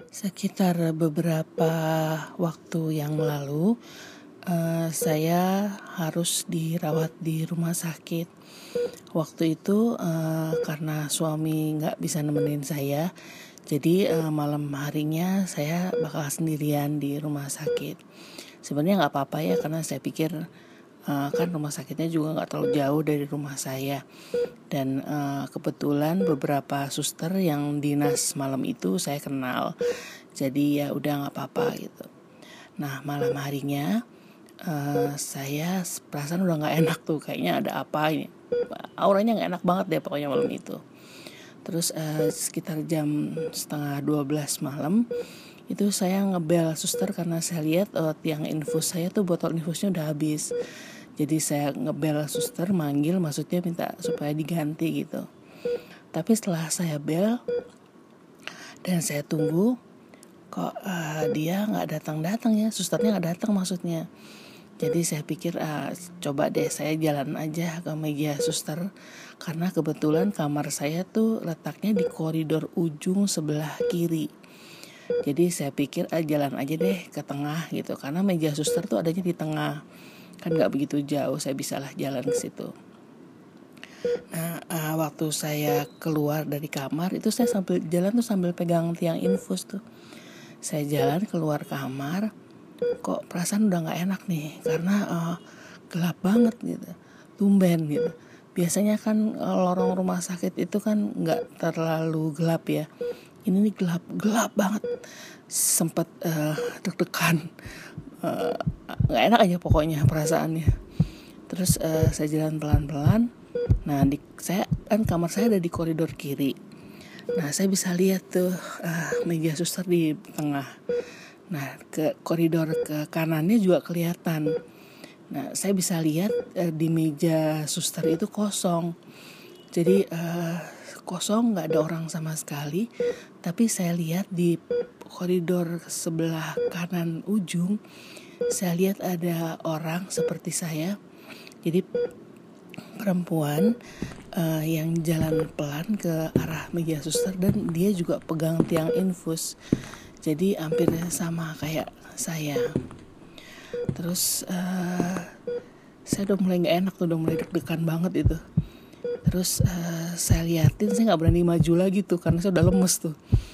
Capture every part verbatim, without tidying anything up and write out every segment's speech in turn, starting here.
Sekitar beberapa waktu yang lalu, uh, saya harus dirawat di rumah sakit. Waktu itu uh, karena suami nggak bisa nemenin saya, jadi uh, malam harinya saya bakal sendirian di rumah sakit. Sebenarnya nggak apa-apa ya, karena saya pikir uh, kan rumah sakitnya juga nggak terlalu jauh dari rumah saya. Dan uh, kebetulan beberapa suster yang dinas malam itu saya kenal, jadi ya udah nggak apa-apa gitu. Nah malam harinya uh, saya perasaan udah nggak enak tuh, kayaknya ada apa ini, auranya nggak enak banget deh pokoknya malam itu. Terus uh, sekitar jam setengah dua belas malam itu saya ngebel suster karena saya lihat uh, tiang infus saya tuh botol infusnya udah habis. Jadi saya ngebel suster, manggil, maksudnya minta supaya diganti gitu. Tapi setelah saya bel dan saya tunggu, kok uh, dia nggak datang-datang ya, susternya nggak datang maksudnya. Jadi saya pikir uh, coba deh saya jalan aja ke meja suster, karena kebetulan kamar saya tuh letaknya di koridor ujung sebelah kiri. Jadi saya pikir ah, jalan aja deh ke tengah gitu, karena meja suster tuh adanya di tengah. Kan nggak begitu jauh, saya bisalah jalan ke situ. Nah, uh, waktu saya keluar dari kamar itu saya sambil jalan tuh sambil pegang tiang infus tuh. Saya jalan keluar kamar, kok perasaan udah nggak enak nih, karena uh, gelap banget gitu, tumben gitu. Biasanya kan uh, lorong rumah sakit itu kan nggak terlalu gelap ya. Ini nih gelap, gelap banget, sempet uh, deg-degan. Nggak uh, enak aja pokoknya perasaannya. Terus uh, saya jalan pelan-pelan. Nah, di, saya kan kamar saya ada di koridor kiri. Nah, saya bisa lihat tuh uh, meja suster di tengah. Nah, ke koridor ke kanannya juga kelihatan. Nah, saya bisa lihat uh, di meja suster itu kosong. Jadi uh, kosong, nggak ada orang sama sekali. Tapi saya lihat di koridor sebelah kanan ujung, saya lihat ada orang seperti saya. Jadi perempuan uh, yang jalan pelan ke arah meja suster, dan dia juga pegang tiang infus. Jadi hampir sama kayak saya. Terus uh, saya udah mulai gak enak tuh, udah mulai deg-degan banget itu. Terus uh, saya liatin, saya gak berani maju lagi tuh, karena saya udah lemes tuh.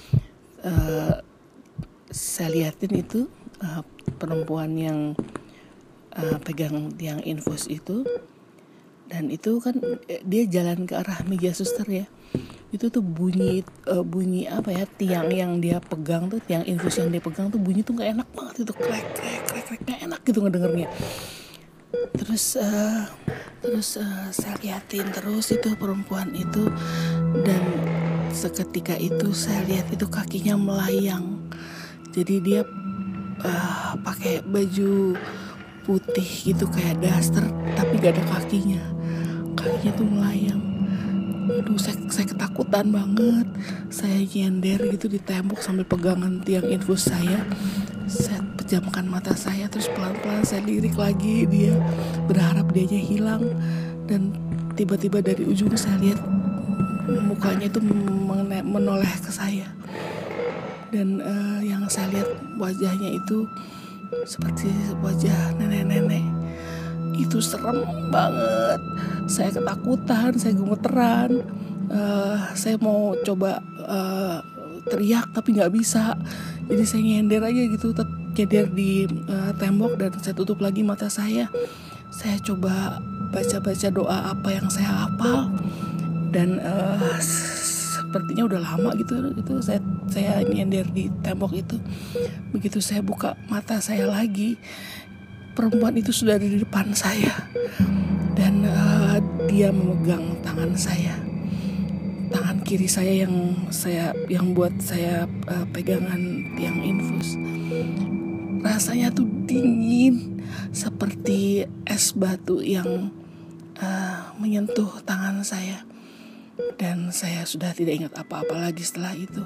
uh, Saya liatin itu uh, perempuan yang uh, pegang tiang infus itu. Dan itu kan eh, dia jalan ke arah meja suster ya. Itu tuh bunyi uh, bunyi apa ya, tiang yang dia pegang tuh, tiang infus yang dia pegang tuh bunyi tuh gak enak banget itu, krek krek krek krek, gak enak gitu ngedengernya. Terus uh, terus uh, saya liatin terus itu perempuan itu, dan seketika itu saya lihat itu kakinya melayang. Jadi dia uh, pakai baju putih gitu kayak daster, tapi gak ada kakinya. Kakinya tuh melayang. Aduh, saya, saya ketakutan banget. Saya nyender gitu di tembok sambil pegangan tiang infus saya. Saya pejamkan mata saya, terus pelan-pelan saya lirik lagi dia, berharap dianya hilang. Dan tiba-tiba dari ujung saya lihat mukanya itu menoleh ke saya. Dan uh, yang saya lihat wajahnya itu seperti wajah nenek-nenek. Itu serem banget. Saya ketakutan, saya gemeteran. uh, Saya mau coba uh, teriak tapi gak bisa. Jadi saya nyender aja gitu, nyender di uh, tembok, dan saya tutup lagi mata saya. Saya coba baca-baca doa apa yang saya hafal. Dan uh, sepertinya udah lama gitu itu saya saya nyender di tembok itu. Begitu saya buka mata saya lagi, perempuan itu sudah ada di depan saya, dan uh, dia memegang tangan saya, tangan kiri saya yang saya yang buat saya uh, pegangan tiang infus. Rasanya tuh dingin seperti es batu yang uh, menyentuh tangan saya. Dan saya sudah tidak ingat apa-apa lagi setelah itu.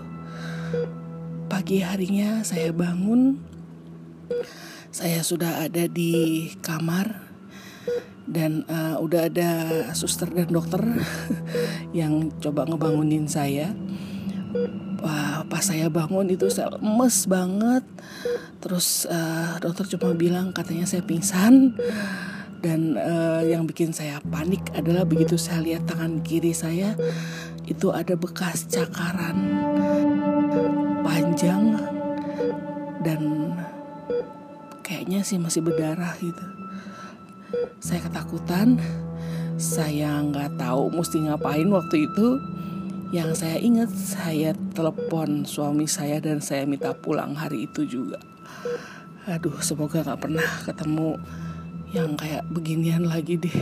Pagi harinya saya bangun, saya sudah ada di kamar, dan uh, udah ada suster dan dokter yang coba ngebangunin saya. Wah, pas saya bangun itu saya lemes banget. Terus uh, dokter cuma bilang katanya saya pingsan. Dan uh, yang bikin saya panik adalah begitu saya lihat tangan kiri saya itu ada bekas cakaran panjang dan kayaknya sih masih berdarah gitu. Saya ketakutan, saya nggak tahu mesti ngapain waktu itu. Yang saya ingat, saya telepon suami saya dan saya minta pulang hari itu juga. Aduh, semoga nggak pernah ketemu yang kayak beginian lagi deh.